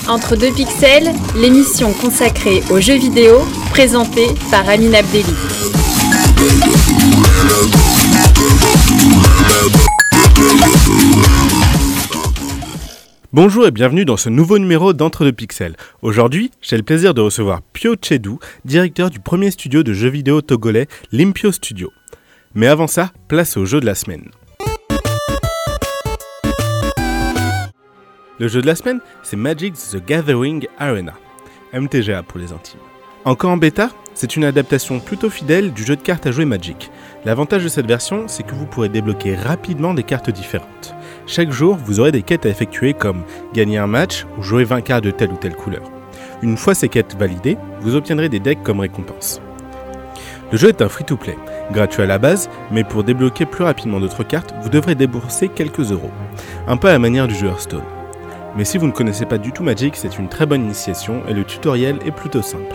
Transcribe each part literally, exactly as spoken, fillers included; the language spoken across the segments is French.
Entre deux pixels, l'émission consacrée aux jeux vidéo, présentée par Amine Abdelli. Bonjour et bienvenue dans ce nouveau numéro d'Entre deux pixels. Aujourd'hui, j'ai le plaisir de recevoir Pio Tchedou, directeur du premier studio de jeux vidéo togolais Limpio Studio. Mais avant ça, place au jeu de la semaine. Le jeu de la semaine, c'est Magic the Gathering Arena, M T G A pour les intimes. Encore en bêta, c'est une adaptation plutôt fidèle du jeu de cartes à jouer Magic. L'avantage de cette version, c'est que vous pourrez débloquer rapidement des cartes différentes. Chaque jour, vous aurez des quêtes à effectuer comme gagner un match ou jouer vingt cartes de telle ou telle couleur. Une fois ces quêtes validées, vous obtiendrez des decks comme récompense. Le jeu est un free-to-play, gratuit à la base, mais pour débloquer plus rapidement d'autres cartes, vous devrez débourser quelques euros. Un peu à la manière du jeu Hearthstone. Mais si vous ne connaissez pas du tout Magic, c'est une très bonne initiation et le tutoriel est plutôt simple.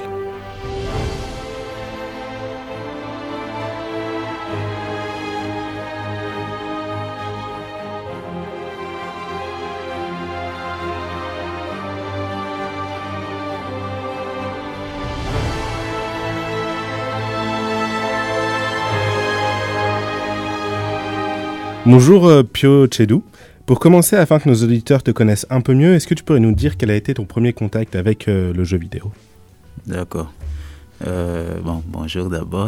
Bonjour euh, Pio Tchedou. Pour commencer, afin que nos auditeurs te connaissent un peu mieux, est-ce que tu pourrais nous dire quel a été ton premier contact avec euh, le jeu vidéo ? D'accord. Euh, bon, bonjour d'abord.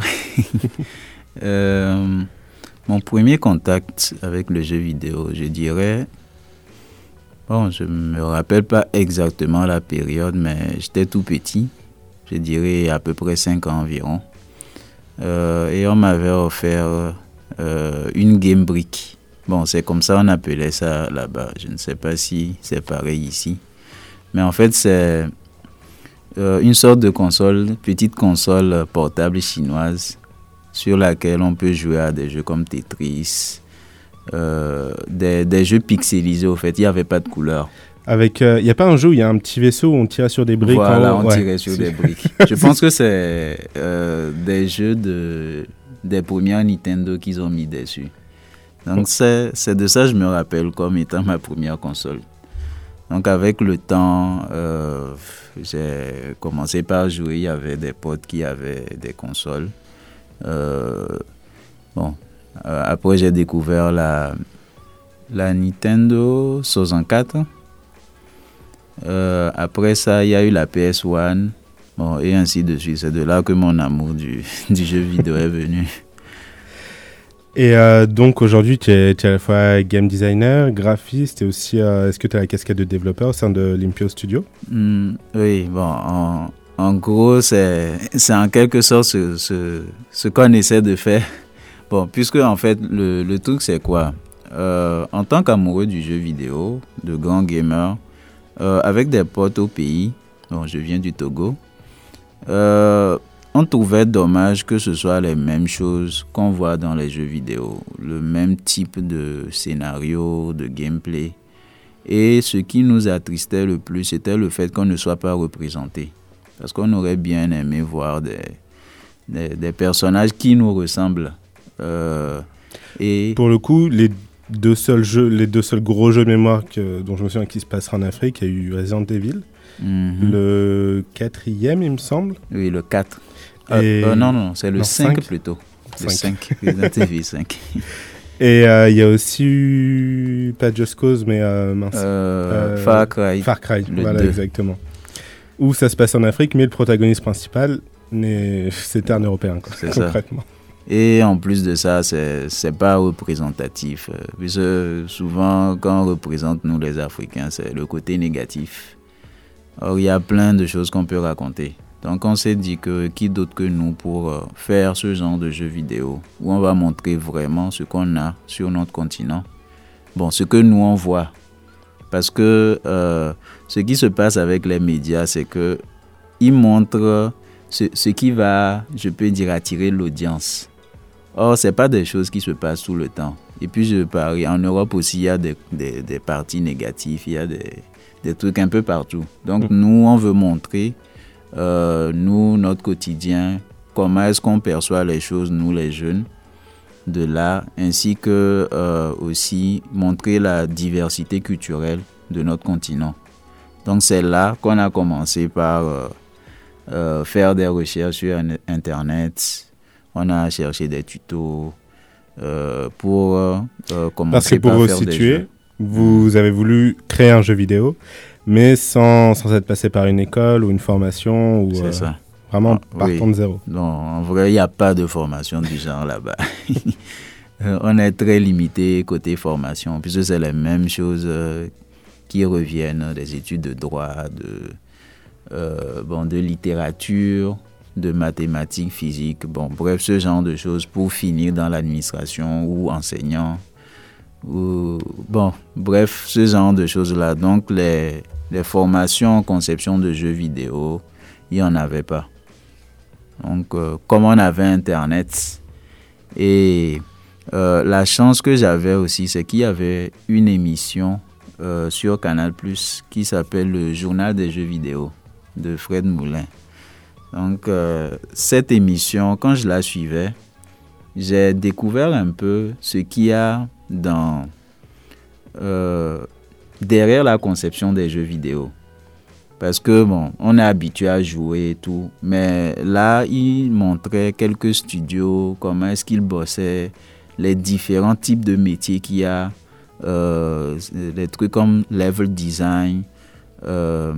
euh, mon premier contact avec le jeu vidéo, je dirais... Bon, je ne me rappelle pas exactement la période, mais j'étais tout petit. Je dirais à peu près cinq ans environ. Euh, et on m'avait offert euh, une Game Brick. Bon, c'est comme ça on appelait ça là-bas. Je ne sais pas si c'est pareil ici. Mais en fait, c'est euh, une sorte de console, petite console portable chinoise sur laquelle on peut jouer à des jeux comme Tetris, euh, des, des jeux pixelisés au fait. Il n'y avait pas de couleur. Avec, il euh, n'y a pas un jeu où il y a un petit vaisseau où on tirait sur des briques. Voilà, en... on ouais. tirait sur des briques. Je pense que c'est euh, des jeux de, des premières Nintendo qu'ils ont mis dessus. Donc c'est, c'est de ça que je me rappelle comme étant ma première console. Donc avec le temps, euh, j'ai commencé par jouer. Il y avait des potes qui avaient des consoles. Euh, bon, euh, après j'ai découvert la, la Nintendo soixante-quatre. Euh, après ça, il y a eu la P S un. Bon, et ainsi de suite. C'est de là que mon amour du, du jeu vidéo est venu. Et euh, donc aujourd'hui, tu es, tu es à la fois game designer, graphiste et aussi, euh, est-ce que tu as la casquette de développeur au sein de Limpio Studio ? mmh, Oui, bon, en, en gros, c'est, c'est en quelque sorte ce, ce, ce qu'on essaie de faire. Bon, puisque en fait, le, le truc, c'est quoi ? euh, En tant qu'amoureux du jeu vidéo, de grand gamer, euh, avec des potes au pays, bon, je viens du Togo, euh, on trouvait dommage que ce soit les mêmes choses qu'on voit dans les jeux vidéo, le même type de scénario, de gameplay. Et ce qui nous attristait le plus, c'était le fait qu'on ne soit pas représenté. Parce qu'on aurait bien aimé voir des, des, des personnages qui nous ressemblent. Euh, et Pour le coup, les deux seuls jeux, les deux seuls gros jeux de mémoire que, dont je me souviens qui se passera en Afrique, il y a eu Resident Evil, mm-hmm. le quatrième, il me semble. Oui, le quatre. Euh, euh, non, non, c'est le non, cinq, cinq plutôt. Le cinq, Resident Evil cinq. Et il euh, y a aussi eu, pas Just Cause, mais euh, mince. Euh, euh, Far Cry. Far Cry, voilà, deux. Exactement. Où ça se passe en Afrique, mais le protagoniste principal, mais c'était un Européen, quoi, c'est concrètement. Ça. Et en plus de ça, c'est, c'est pas représentatif. Euh, puisque souvent, quand on représente nous les Africains, c'est le côté négatif. Or, il y a plein de choses qu'on peut raconter. Donc on s'est dit que qui d'autre que nous pour euh, faire ce genre de jeu vidéo où on va montrer vraiment ce qu'on a sur notre continent. Bon, ce que nous on voit. Parce que euh, ce qui se passe avec les médias, c'est que ils montrent ce, ce qui va, je peux dire, attirer l'audience. Or, ce n'est pas des choses qui se passent tout le temps. Et puis je parie, en Europe aussi, il y a des, des, des parties négatives, il y a des, des trucs un peu partout. Donc mmh. nous, on veut montrer Euh, nous, notre quotidien, comment est-ce qu'on perçoit les choses, nous les jeunes, de là, ainsi que euh, aussi montrer la diversité culturelle de notre continent. Donc c'est là qu'on a commencé par euh, euh, faire des recherches sur Internet. On a cherché des tutos euh, pour euh, commencer Parce que pour par vous faire situer, des jeux. vous avez voulu créer un jeu vidéo, mais sans, sans être passé par une école ou une formation ou C'est euh, ça. vraiment Ah, partant oui. de zéro. Non, en vrai, il n'y a pas de formation du genre là-bas. On est très limité côté formation, puisque c'est les mêmes choses euh, qui reviennent, des études de droit, de, euh, bon, de littérature, de mathématiques, physique, bon, bref, ce genre de choses pour finir dans l'administration ou enseignant. Ou, bon, bref, ce genre de choses-là. Donc, les, les formations en conception de jeux vidéo, il n'y en avait pas. Donc, euh, comme on avait Internet, et euh, la chance que j'avais aussi, c'est qu'il y avait une émission euh, sur Canal plus, qui s'appelle le Journal des jeux vidéo de Fred Moulin. Donc, euh, cette émission, quand je la suivais, j'ai découvert un peu ce qu'il y a dans, euh, derrière la conception des jeux vidéo. Parce que, bon, on est habitué à jouer et tout, mais là, il montrait quelques studios, comment est-ce qu'ils bossaient, les différents types de métiers qu'il y a, euh, des trucs comme level design, euh,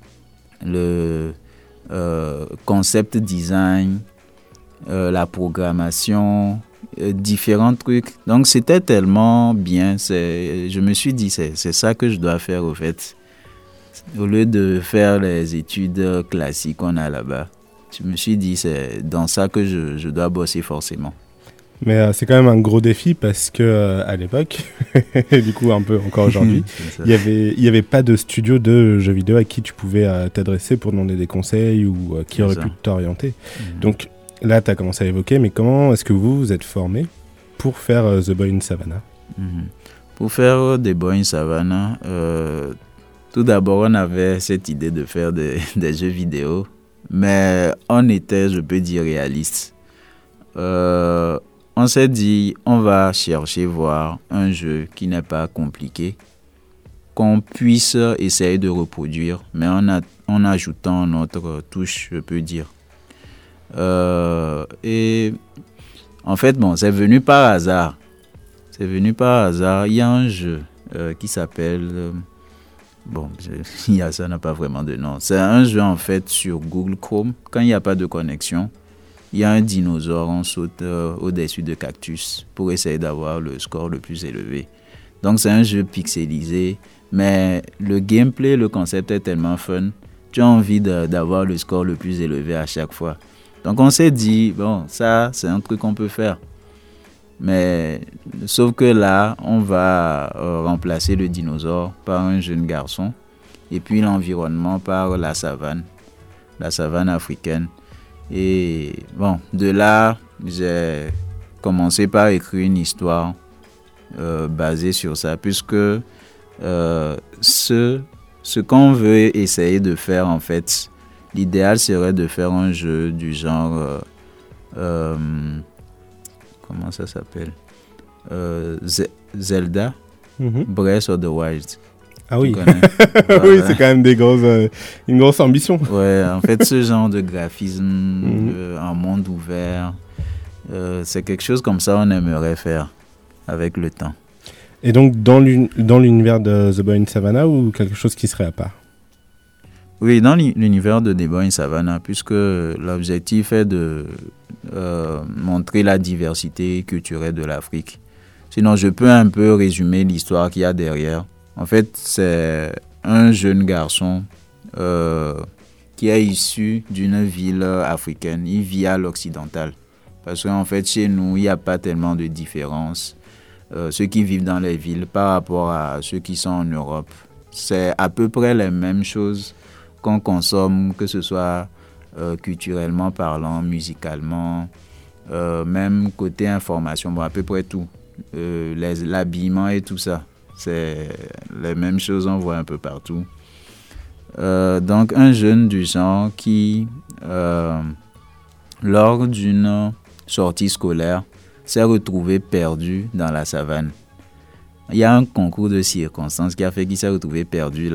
le euh, concept design, euh, la programmation, euh, différents trucs. Donc, c'était tellement bien. C'est, je me suis dit, c'est, c'est ça que je dois faire, au fait. Au lieu de faire les études classiques qu'on a là-bas, je me suis dit, c'est dans ça que je, je dois bosser forcément. Mais euh, c'est quand même un gros défi parce que euh, à l'époque, et du coup un peu encore aujourd'hui, il n'y avait, il y avait pas de studio de jeux vidéo à qui tu pouvais euh, t'adresser pour demander des conseils ou euh, qui C'est aurait ça. pu t'orienter. Mmh. Donc là, tu as commencé à évoquer, mais comment est-ce que vous vous êtes formé pour faire euh, The Boy in Savannah? Mmh. Pour faire The Boy in Savannah, euh, tout d'abord, on avait cette idée de faire des, des jeux vidéo, mais on était, je peux dire, réaliste. Euh, on s'est dit, on va chercher voir un jeu qui n'est pas compliqué, qu'on puisse essayer de reproduire, mais en, a, en ajoutant notre touche, je peux dire. Euh, et en fait, bon, c'est venu par hasard. C'est venu par hasard. Il y a un jeu euh, qui s'appelle... Euh, Bon, il y a, ça n'a pas vraiment de nom. C'est un jeu en fait sur Google Chrome. Quand il n'y a pas de connexion, il y a un dinosaure, on saute euh, au-dessus de cactus pour essayer d'avoir le score le plus élevé. Donc c'est un jeu pixelisé, mais le gameplay, le concept est tellement fun. Tu as envie de, d'avoir le score le plus élevé à chaque fois. Donc on s'est dit, bon, ça c'est un truc qu'on peut faire. Mais sauf que là, on va euh, remplacer le dinosaure par un jeune garçon et puis l'environnement par la savane, la savane africaine. Et bon, de là, j'ai commencé par écrire une histoire euh, basée sur ça, puisque euh, ce, ce qu'on veut essayer de faire, en fait, l'idéal serait de faire un jeu du genre... Euh, euh, Comment ça s'appelle euh, Z- Zelda, mm-hmm. Breath of the Wild. Ah oui, oui, c'est quand même des grosses, euh, une grosse ambition. Ouais, en fait, ce genre de graphisme, mm-hmm. euh, un monde ouvert, euh, c'est quelque chose comme ça on aimerait faire avec le temps. Et donc, dans, l'un- dans l'univers de The Boy in Savannah ou quelque chose qui serait à part? Oui, dans l'univers de The Boy in Savannah, puisque l'objectif est de euh, montrer la diversité culturelle de l'Afrique. Sinon, je peux un peu résumer l'histoire qu'il y a derrière. En fait, c'est un jeune garçon euh, qui est issu d'une ville africaine. Il vit à l'occidental. Parce qu'en fait, chez nous, il n'y a pas tellement de différence. Euh, ceux qui vivent dans les villes par rapport à ceux qui sont en Europe, c'est à peu près les mêmes choses qu'on consomme, que ce soit euh, culturellement parlant, musicalement, euh, même côté information, bon, à peu près tout. Euh, les, l'habillement et tout ça, c'est les mêmes choses, on voit un peu partout. Euh, donc, un jeune du genre qui, euh, lors d'une sortie scolaire, s'est retrouvé perdu dans la savane. Il y a un concours de circonstances qui a fait qu'il s'est retrouvé perdu là.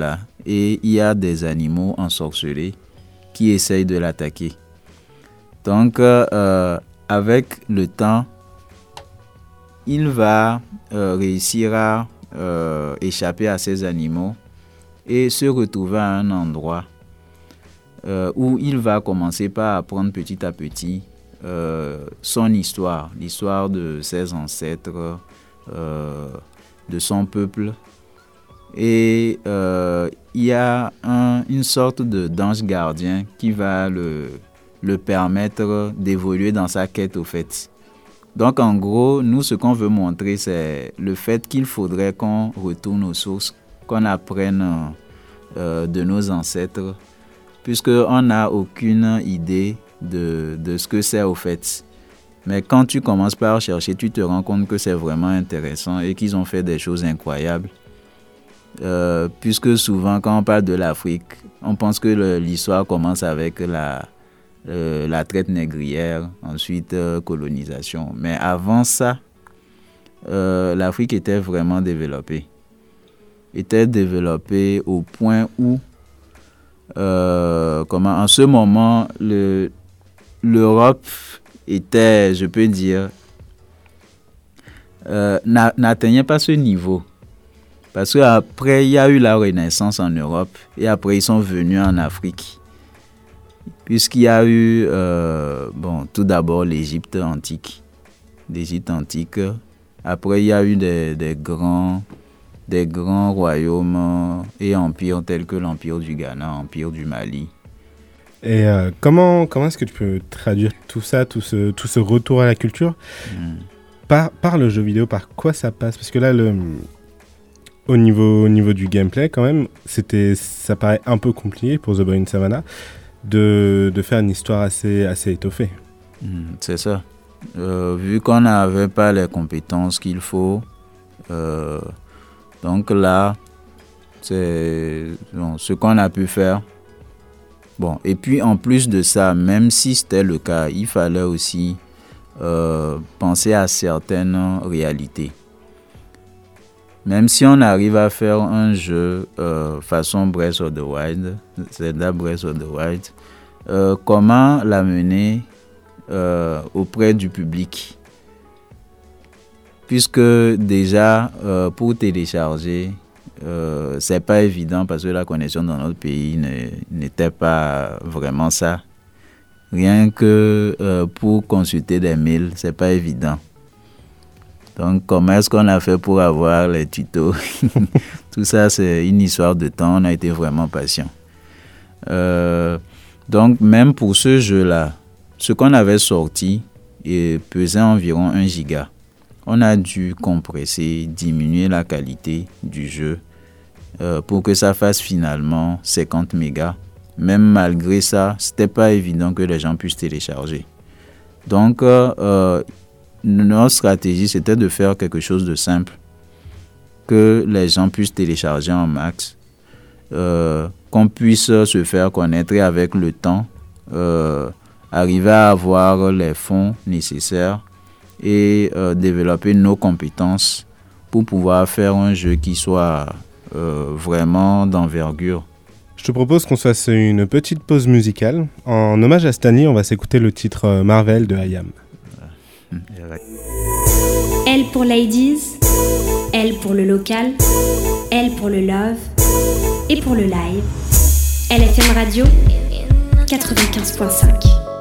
et il y a des animaux ensorcelés qui essayent de l'attaquer. Donc, euh, avec le temps, il va euh, réussir à euh, échapper à ces animaux et se retrouver à un endroit euh, où il va commencer par apprendre petit à petit euh, son histoire, l'histoire de ses ancêtres, euh, de son peuple. Et euh, il y a un, une sorte de d'ange gardien qui va le, le permettre d'évoluer dans sa quête au fait. Donc en gros, nous ce qu'on veut montrer, c'est le fait qu'il faudrait qu'on retourne aux sources, qu'on apprenne euh, de nos ancêtres, puisqu'on n'a aucune idée de, de ce que c'est au fait. Mais quand tu commences par chercher, tu te rends compte que c'est vraiment intéressant et qu'ils ont fait des choses incroyables. Euh, puisque souvent quand on parle de l'Afrique, on pense que le, l'histoire commence avec la, euh, la traite négrière, ensuite euh, colonisation. Mais avant ça, euh, l'Afrique était vraiment développée. Était développée au point où, euh, comment, en ce moment, le, l'Europe était, je peux dire, euh, n'a, n'atteignait pas ce niveau. Parce qu'après, il y a eu la Renaissance en Europe et après, ils sont venus en Afrique. Puisqu'il y a eu, euh, bon, tout d'abord l'Égypte antique. L'Égypte antique. Après, il y a eu des, des, grands, des grands royaumes et empires tels que l'Empire du Ghana, l'Empire du Mali. Et euh, comment, comment est-ce que tu peux traduire tout ça, tout ce, tout ce retour à la culture mmh. par, par le jeu vidéo, par quoi ça passe? Parce que là, le... Au niveau, au niveau du gameplay, quand même, c'était, ça paraît un peu compliqué pour The Boy in Savannah de, de faire une histoire assez, assez étoffée. Mmh, c'est ça. Euh, vu qu'on n'avait pas les compétences qu'il faut, euh, donc là, c'est bon, ce qu'on a pu faire. Bon, et puis en plus de ça, même si c'était le cas, il fallait aussi euh, penser à certaines réalités. Même si on arrive à faire un jeu euh, façon Breath of the Wild, Zelda Breath of the Wild, euh, comment l'amener euh, auprès du public? Puisque déjà, euh, pour télécharger, euh, c'est pas évident parce que la connexion dans notre pays ne, n'était pas vraiment ça. Rien que euh, pour consulter des mails, c'est pas évident. Donc, comment est-ce qu'on a fait pour avoir les tutos? Tout ça, c'est une histoire de temps. On a été vraiment patient. Euh, donc, même pour ce jeu-là, ce qu'on avait sorti et pesait environ un giga. On a dû compresser, diminuer la qualité du jeu euh, pour que ça fasse finalement cinquante mégas. Même malgré ça, c'était pas évident que les gens puissent télécharger. Donc, euh, notre stratégie, c'était de faire quelque chose de simple, que les gens puissent télécharger en max, euh, qu'on puisse se faire connaître et avec le temps, euh, arriver à avoir les fonds nécessaires et euh, développer nos compétences pour pouvoir faire un jeu qui soit euh, vraiment d'envergure. Je te propose qu'on se fasse une petite pause musicale. En hommage à Stanley, on va s'écouter le titre Marvel de I Am. L pour Ladies, L pour le local, L pour le love et pour le live. L F M Radio quatre-vingt-quinze point cinq.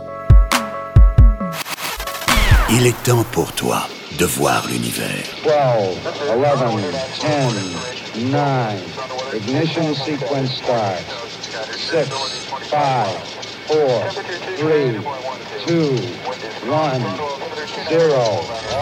Il est temps pour toi de voir l'univers. twelve, eleven, ten, nine, ignition sequence start. six, five, four, three, two, one, zero.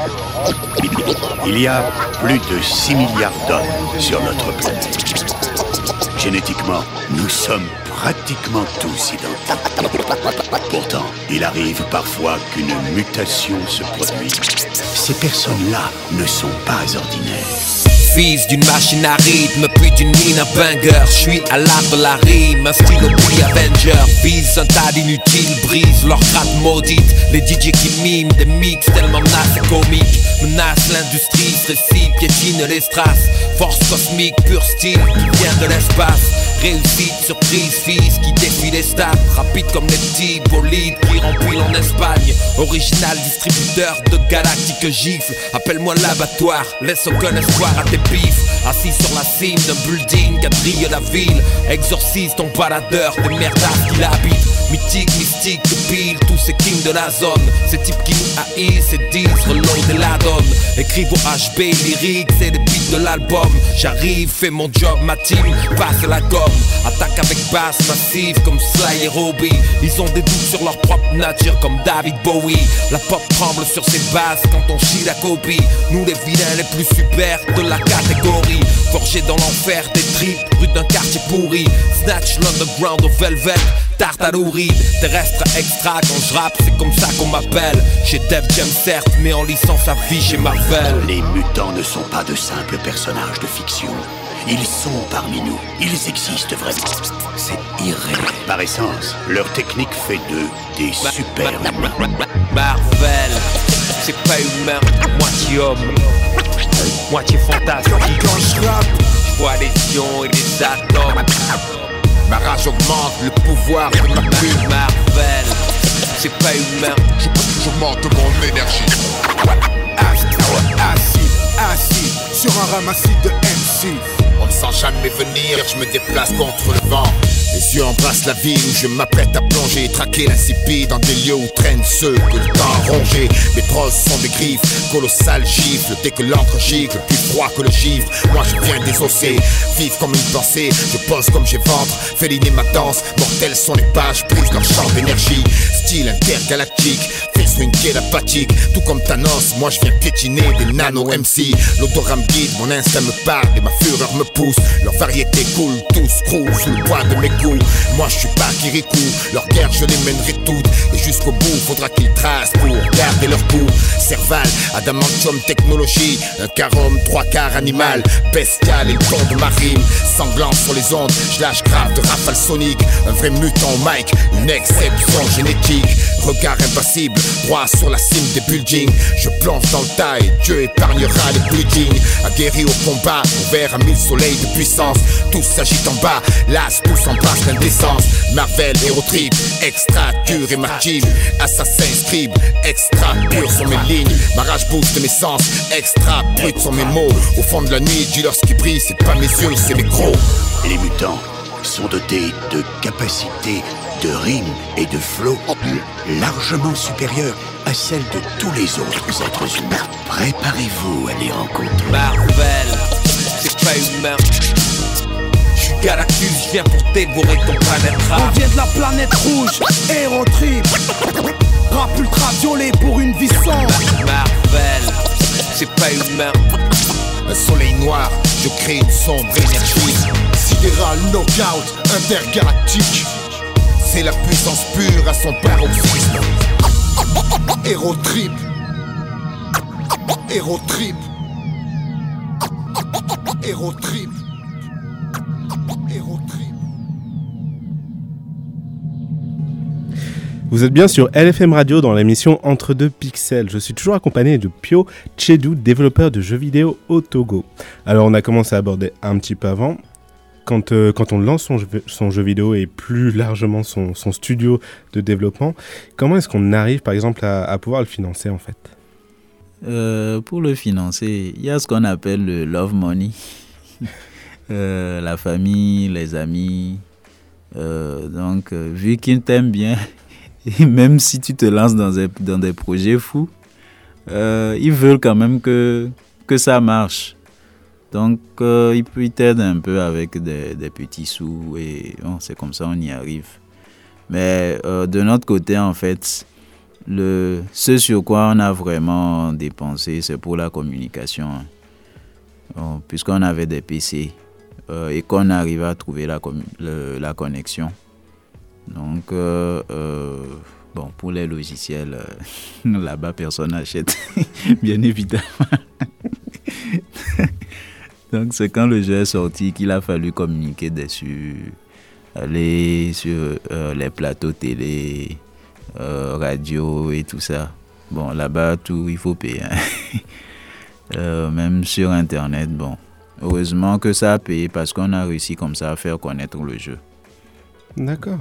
Il y a plus de six milliards d'hommes sur notre planète. Génétiquement, nous sommes pratiquement tous identiques. Pourtant, il arrive parfois qu'une mutation se produise. Ces personnes-là ne sont pas ordinaires. Fils d'une machine à rythme, puis d'une mine à banger. J'suis à l'art de la rime, un style au prix Avenger. Vise un tas d'inutiles, brise leur gratte maudite. Les D J qui miment des mix tellement nasses et comiques. Menacent l'industrie, se récit, piétine les strass. Force cosmique, pur style qui vient de l'espace. Réussite, surprise, fils qui défie les stats. Rapide comme les petits bolides qui remplissent en Espagne. Original distributeur de galactiques gifles. Appelle-moi l'abattoir, laisse aucun espoir à tes pifs. Assis sur la cime d'un building quadrille la ville. Exorcise ton baladeur des merdas qui l'habitent. Mythique, mystique, pile, tous ces kings de la zone. Ces types qui nous haïssent, ces dix, reload et la donne. Écrive au H B, lyrique, c'est des beats de l'album. J'arrive, fais mon job, ma team passe la gomme. Attaque avec basse massive comme Sly et Robbie. Ils ont des doutes sur leur propre nature comme David Bowie. La pop tremble sur ses basses quand on chie la copie. Nous les vilains les plus super de la catégorie. Forgés dans l'enfer des tripes, rue d'un quartier pourri. Snatch l'underground au velvet, tarte à nourrir. Terrestre extra quand je rappe, c'est comme ça qu'on m'appelle. Chez Def Jam certes, mais en licence à vie chez Marvel. Les mutants ne sont pas de simples personnages de fiction. Ils sont parmi nous, ils existent vraiment. C'est irréel. Par essence, leur technique fait d'eux des super humains. Marvel, c'est pas humain, moitié homme, moitié fantastique. Quand je rappe, je vois des ions et des atomes. Ma rage augmente le pouvoir de ma plume. Marvel, c'est pas humain, je, j'augmente mon énergie. Assis, assis, sur un ramassis de M C. On ne sent jamais venir, je me déplace contre le vent. Les yeux embrassent la ville où je m'apprête à plonger. Traquer l'insipide dans des lieux où traînent ceux que le temps a rongé. Mes trosses sont des griffes, colossales gifles. Dès que l'encre gicle, plus froid que le givre. Moi je viens désosser, vivre comme une pensée. Je pose comme j'ai ventre, féliner ma danse. Mortelles sont les pages, prises leur champ d'énergie. Style intergalactique, fait swinguer la fatigue. Tout comme Thanos, moi je viens piétiner des nano-M C. L'odorat me guide, mon instinct me parle et ma fureur me pousse. Leur variété coule, tous croulent sous le poids de mes coups. Moi je suis pas Kirikou, leur guerre je les mènerai toutes. Et jusqu'au bout, faudra qu'ils tracent pour garder leur coup. Cerval, adamantium technologie. Un carome, trois quarts animal. Bestial et le ton de ma rime. Sanglant sur les ondes, je lâche grave de rafale sonique. Un vrai mutant Mike, une exception génétique. Regard impassible, droit sur la cime des buildings. Je plonge dans le tas et Dieu épargnera les plus dignes. Aguerri au combat, ouvert à mille soleils de puissance. Tous s'agitent en bas, las, tous embrassent l'indécence. Marvel, Hero Trip, extra dur et ma team. Assassin scribe, extra pur sur mes lignes. Ma rage booste mes sens, extra brut sur mes mots. Au fond de la nuit, dis-leur ce qui brille, c'est pas mes yeux, c'est mes crocs. Les mutants sont dotés de capacités de rime et de flow largement supérieures à celles de tous les autres êtres humains. Préparez-vous à les rencontrer. Marvel, c'est pas humain. Je suis Galactus, je viens pour dévorer ton planète rap. On vient de la planète rouge, Hero Trip. Rap ultraviolet pour une vie sombre. Marvel, c'est pas humain. Un soleil noir, je crée une sombre énergie. Sidéral knockout, intergalactique. C'est la puissance pure à son paroxysme. Hero Trip. Hero Trip. Hero Trip. Hero Trip. Vous êtes bien sur L F M Radio dans l'émission Entre deux pixels. Je suis toujours accompagné de Pio Tchedou, développeur de jeux vidéo au Togo. Alors on a commencé à aborder un petit peu avant. Quand, euh, quand on lance son jeu, son jeu vidéo et plus largement son, son studio de développement, comment est-ce qu'on arrive par exemple à, à pouvoir le financer en fait ? euh, Pour le financer, il y a ce qu'on appelle le love money. euh, la famille, les amis. Euh, donc, euh, vu qu'ils t'aiment bien, et même si tu te lances dans des, dans des projets fous, euh, ils veulent quand même que, que ça marche. Donc, euh, ils, ils t'aident un peu avec des, des petits sous et bon, c'est comme ça on y arrive. Mais euh, de notre côté, en fait, le, ce sur quoi on a vraiment dépensé, c'est pour la communication. Bon, puisqu'on avait des P C euh, et qu'on arrivait à trouver la, le, la connexion. Donc, euh, euh, bon, pour les logiciels, euh, là-bas, personne n'achète, bien évidemment. Donc, c'est quand le jeu est sorti qu'il a fallu communiquer dessus, aller sur euh, les plateaux télé, euh, radio et tout ça. Bon, là-bas, tout, il faut payer. Hein. euh, même sur Internet, bon, heureusement que ça a payé parce qu'on a réussi comme ça à faire connaître le jeu. D'accord.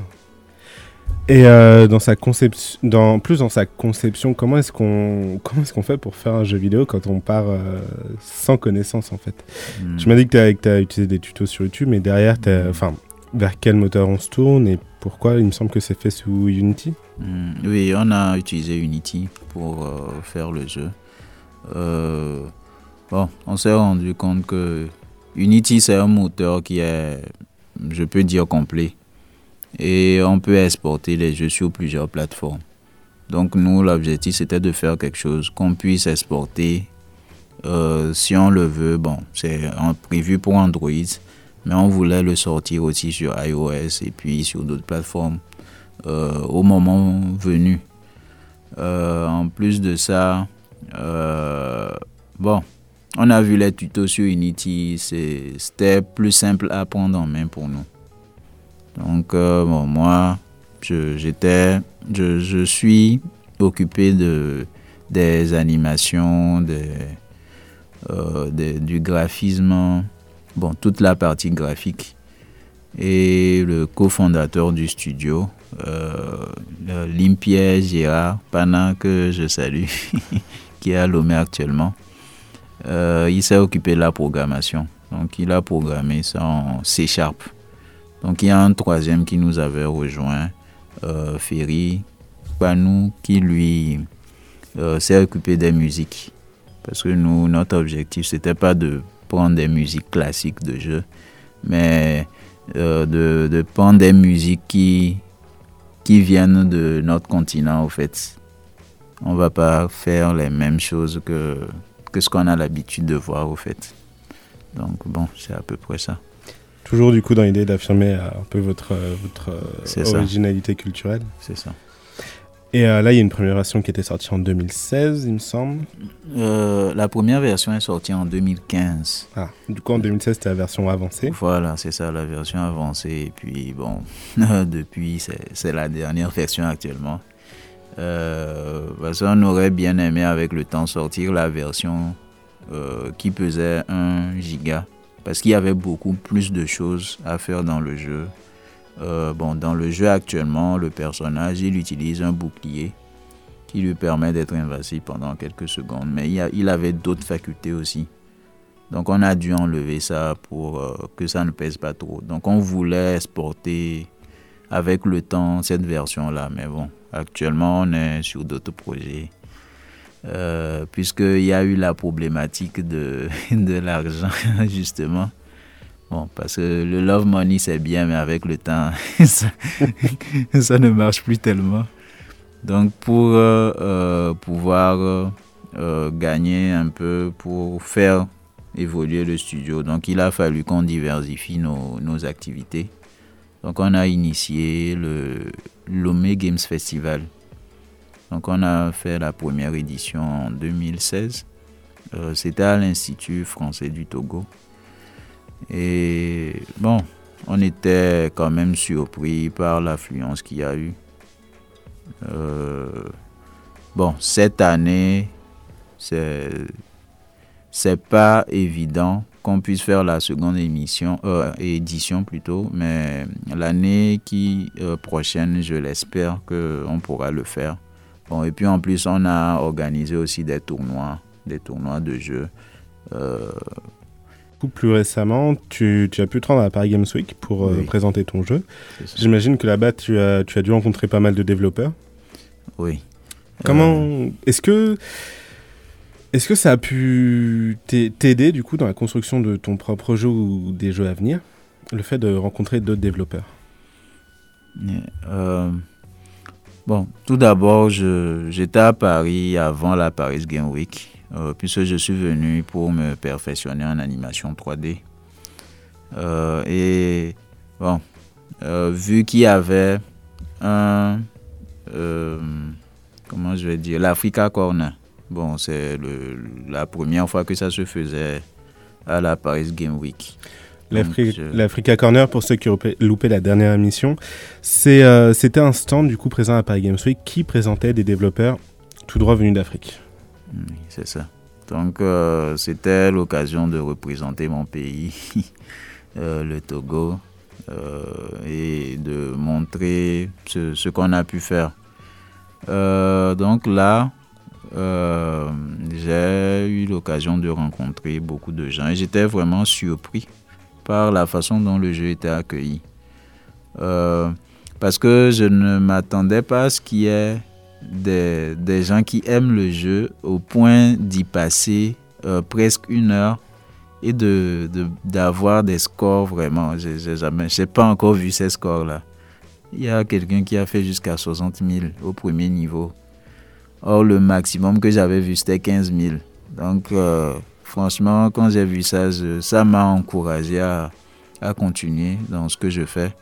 Et euh, dans sa conception, dans, plus dans sa conception, comment est-ce qu'on, comment est-ce qu'on fait pour faire un jeu vidéo quand on part euh, sans connaissance en fait? mm. Tu m'as dit que tu as utilisé des tutos sur YouTube, mais derrière, enfin, vers quel moteur on se tourne et pourquoi? Il me semble que c'est fait sous Unity. mm. Oui, on a utilisé Unity pour euh, faire le jeu. Euh, bon, on s'est rendu compte que Unity, c'est un moteur qui est, je peux dire, complet. Et on peut exporter les jeux sur plusieurs plateformes. Donc nous, l'objectif, c'était de faire quelque chose qu'on puisse exporter euh, si on le veut. Bon, c'est prévu pour Android, mais on voulait le sortir aussi sur iOS et puis sur d'autres plateformes euh, au moment venu. Euh, en plus de ça, euh, bon, on a vu les tutos sur Unity, c'est, c'était plus simple à prendre en main pour nous. Donc, euh, bon, moi, je, j'étais, je, je suis occupé de, des animations, des, euh, des, du graphisme, bon, toute la partie graphique. Et le cofondateur du studio, euh, Limpier Gérard Pana, que je salue, qui est à Lomé actuellement, euh, il s'est occupé de la programmation. Donc, il a programmé ça en C Sharp. Donc il y a un troisième qui nous avait rejoint, euh, Ferry Panou, qui lui euh, s'est occupé des musiques. Parce que nous, notre objectif, c'était pas de prendre des musiques classiques de jeu, mais euh, de, de prendre des musiques qui, qui viennent de notre continent, au fait. On va pas faire les mêmes choses que, que ce qu'on a l'habitude de voir, au fait. Donc bon, c'est à peu près ça. Toujours du coup dans l'idée d'affirmer euh, un peu votre, euh, votre euh, originalité culturelle. C'est ça. Et euh, là, il y a une première version qui était sortie en deux mille seize, il me semble. Euh, la première version est sortie en deux mille quinze. Ah, du coup en deux mille seize, c'était la version avancée. Voilà, c'est ça, la version avancée. Et puis bon, depuis, c'est, c'est la dernière version actuellement. Euh, parce qu'on aurait bien aimé avec le temps sortir la version euh, qui pesait un giga. Parce qu'il y avait beaucoup plus de choses à faire dans le jeu. Euh, bon, dans le jeu actuellement, le personnage, il utilise un bouclier qui lui permet d'être invincible pendant quelques secondes. Mais il, a, il avait d'autres facultés aussi. Donc on a dû enlever ça pour euh, que ça ne pèse pas trop. Donc on voulait exporter avec le temps cette version-là. Mais bon, actuellement on est sur d'autres projets. Euh, puisqu'il y a eu la problématique de, de l'argent, justement. Bon, parce que le love money, c'est bien, mais avec le temps, ça, ça ne marche plus tellement. Donc, pour euh, euh, pouvoir euh, gagner un peu, pour faire évoluer le studio, donc il a fallu qu'on diversifie nos, nos activités. Donc, on a initié le Lomé Games Festival. Donc on a fait la première édition en deux mille seize. Euh, c'était à l'Institut français du Togo. Et bon, on était quand même surpris par l'affluence qu'il y a eu. Euh, bon, cette année, c'est, c'est pas évident qu'on puisse faire la seconde émission, euh, édition plutôt, mais l'année qui euh, prochaine, je l'espère qu'on pourra le faire. Bon, et puis en plus, on a organisé aussi des tournois, des tournois de jeux. Euh... Plus récemment, tu, tu as pu te rendre à Paris Games Week pour oui. euh, présenter ton jeu. J'imagine que là-bas, tu as, tu as dû rencontrer pas mal de développeurs. Oui. Comment euh... est-ce que est-ce que ça a pu t'aider du coup dans la construction de ton propre jeu ou des jeux à venir, le fait de rencontrer d'autres développeurs? euh... Bon, tout d'abord, je, j'étais à Paris avant la Paris Game Week, euh, puisque je suis venu pour me perfectionner en animation trois D. Euh, et bon, euh, vu qu'il y avait un, euh, comment je vais dire, l'Africa Corner. Bon, c'est le, la première fois que ça se faisait à la Paris Game Week. L'Afri- je... L'Africa Corner, pour ceux qui ont loupé la dernière émission, c'est, euh, c'était un stand du coup présent à Paris Games Week qui présentait des développeurs tout droit venus d'Afrique. Oui, c'est ça. Donc, euh, c'était l'occasion de représenter mon pays, euh, le Togo, euh, et de montrer ce, ce qu'on a pu faire. Euh, donc là, euh, j'ai eu l'occasion de rencontrer beaucoup de gens et j'étais vraiment surpris par la façon dont le jeu était accueilli. Euh, parce que je ne m'attendais pas à ce qu'il y ait des, des gens qui aiment le jeu au point d'y passer euh, presque une heure et de, de, d'avoir des scores vraiment. Je n'ai pas encore vu ces scores-là. Il y a quelqu'un qui a fait jusqu'à soixante mille au premier niveau. Or, le maximum que j'avais vu, c'était quinze mille. Donc, euh, franchement, quand j'ai vu ça, je, ça m'a encouragé à, à continuer dans ce que je fais.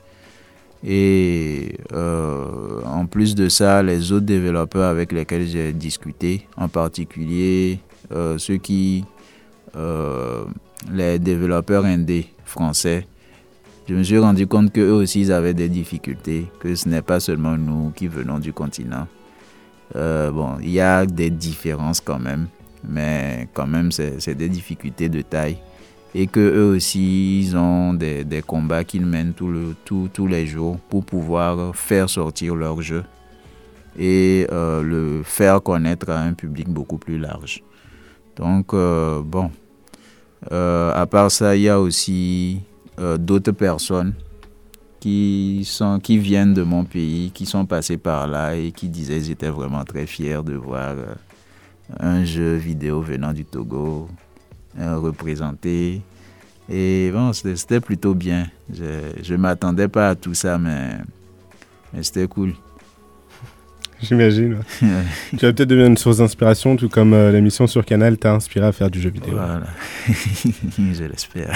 Et euh, en plus de ça, les autres développeurs avec lesquels j'ai discuté, en particulier euh, ceux qui, euh, les développeurs indés français, je me suis rendu compte qu'eux aussi ils avaient des difficultés, que ce n'est pas seulement nous qui venons du continent. Euh, bon, il y a des différences quand même, mais quand même c'est, c'est des difficultés de taille. Et qu'eux aussi, ils ont des, des combats qu'ils mènent tout le, tout, tous les jours pour pouvoir faire sortir leur jeu et euh, le faire connaître à un public beaucoup plus large. Donc, euh, bon, euh, à part ça, il y a aussi euh, d'autres personnes qui, sont, qui viennent de mon pays, qui sont passées par là et qui disaient qu'ils étaient vraiment très fiers de voir euh, un jeu vidéo venant du Togo représenté. Et bon, c'était, c'était plutôt bien. Je ne m'attendais pas à tout ça, mais, mais c'était cool. J'imagine. Ouais. Tu vas peut-être devenir une source d'inspiration, tout comme euh, l'émission sur Canal t'a inspiré à faire du jeu vidéo. Voilà, je l'espère.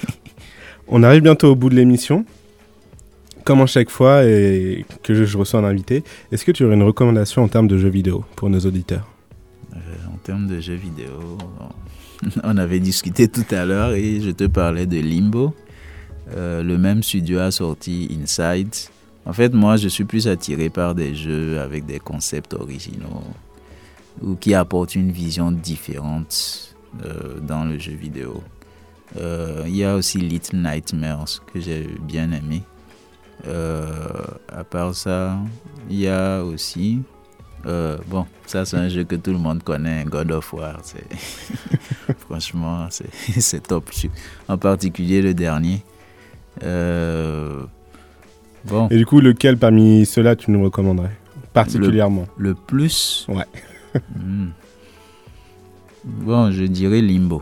On arrive bientôt au bout de l'émission. Comme à chaque fois et que je, je reçois un invité, est-ce que tu aurais une recommandation en termes de jeux vidéo pour nos auditeurs ? euh, En termes de jeux vidéo, on avait discuté tout à l'heure et je te parlais de Limbo. Euh, le même studio a sorti Inside. En fait, moi, je suis plus attiré par des jeux avec des concepts originaux ou qui apportent une vision différente euh, dans le jeu vidéo. Euh, il y a aussi Little Nightmares que j'ai bien aimé. Euh, à part ça, il y a aussi... Euh, bon, ça c'est un jeu que tout le monde connaît, God of War. C'est franchement, c'est, c'est top. En particulier le dernier. Euh, bon. Et du coup, lequel parmi ceux-là tu nous recommanderais particulièrement ? Le, le plus Ouais. hmm. Bon, je dirais Limbo.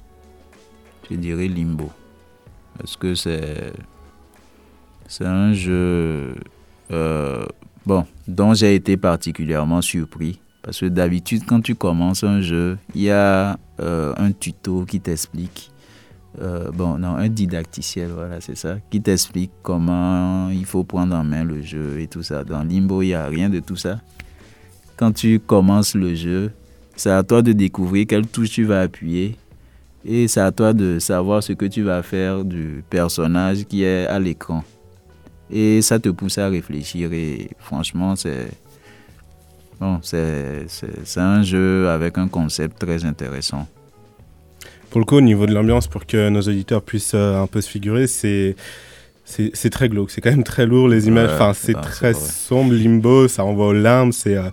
Je dirais Limbo. Parce que c'est, c'est un jeu... Euh, Bon, dont j'ai été particulièrement surpris. Parce que d'habitude, quand tu commences un jeu, il y a euh, un tuto qui t'explique, euh, bon, non, un didacticiel, voilà, c'est ça, qui t'explique comment il faut prendre en main le jeu et tout ça. Dans Limbo, il n'y a rien de tout ça. Quand tu commences le jeu, c'est à toi de découvrir quelle touche tu vas appuyer et c'est à toi de savoir ce que tu vas faire du personnage qui est à l'écran. Et ça te pousse à réfléchir et franchement, c'est, bon, c'est, c'est, c'est un jeu avec un concept très intéressant. Pour le coup, au niveau de l'ambiance, pour que nos auditeurs puissent euh, un peu se figurer, c'est, c'est, c'est très glauque, c'est quand même très lourd les images, enfin ouais, c'est ben, très c'est sombre, Limbo, ça renvoie aux larmes, c'est... Euh,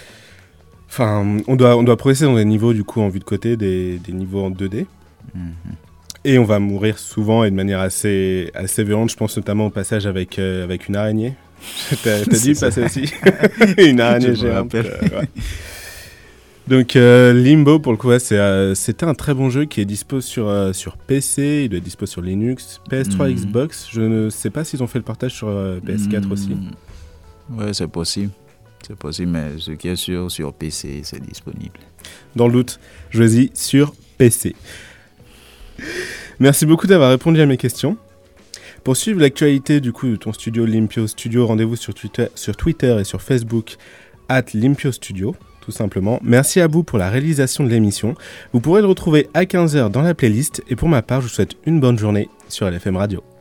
enfin, on doit, on doit progresser dans des niveaux du coup en vue de côté, des, des niveaux en deux D. Mm-hmm. Et on va mourir souvent et de manière assez, assez violente. Je pense notamment au passage avec, euh, avec une araignée. T'as, t'as dû passer aussi une araignée géante. Euh, ouais. Donc euh, Limbo, pour le coup, ouais, c'est, euh, c'était un très bon jeu qui est dispo sur, euh, sur P C, il doit être dispo sur Linux, P S trois, mmh. Xbox. Je ne sais pas s'ils ont fait le partage sur euh, P S quatre mmh. aussi. Ouais, c'est possible. C'est possible, mais ce qui est sûr, sur P C, c'est disponible. Dans le doute, choisis sur P C. Merci beaucoup d'avoir répondu à mes questions. Pour suivre l'actualité du coup de ton studio Limpio Studio, rendez-vous sur Twitter, sur Twitter et sur Facebook arobase Limpio Studio, tout simplement. Merci à vous pour la réalisation de l'émission. Vous pourrez le retrouver à quinze heures dans la playlist. Et pour ma part, je vous souhaite une bonne journée sur L F M Radio.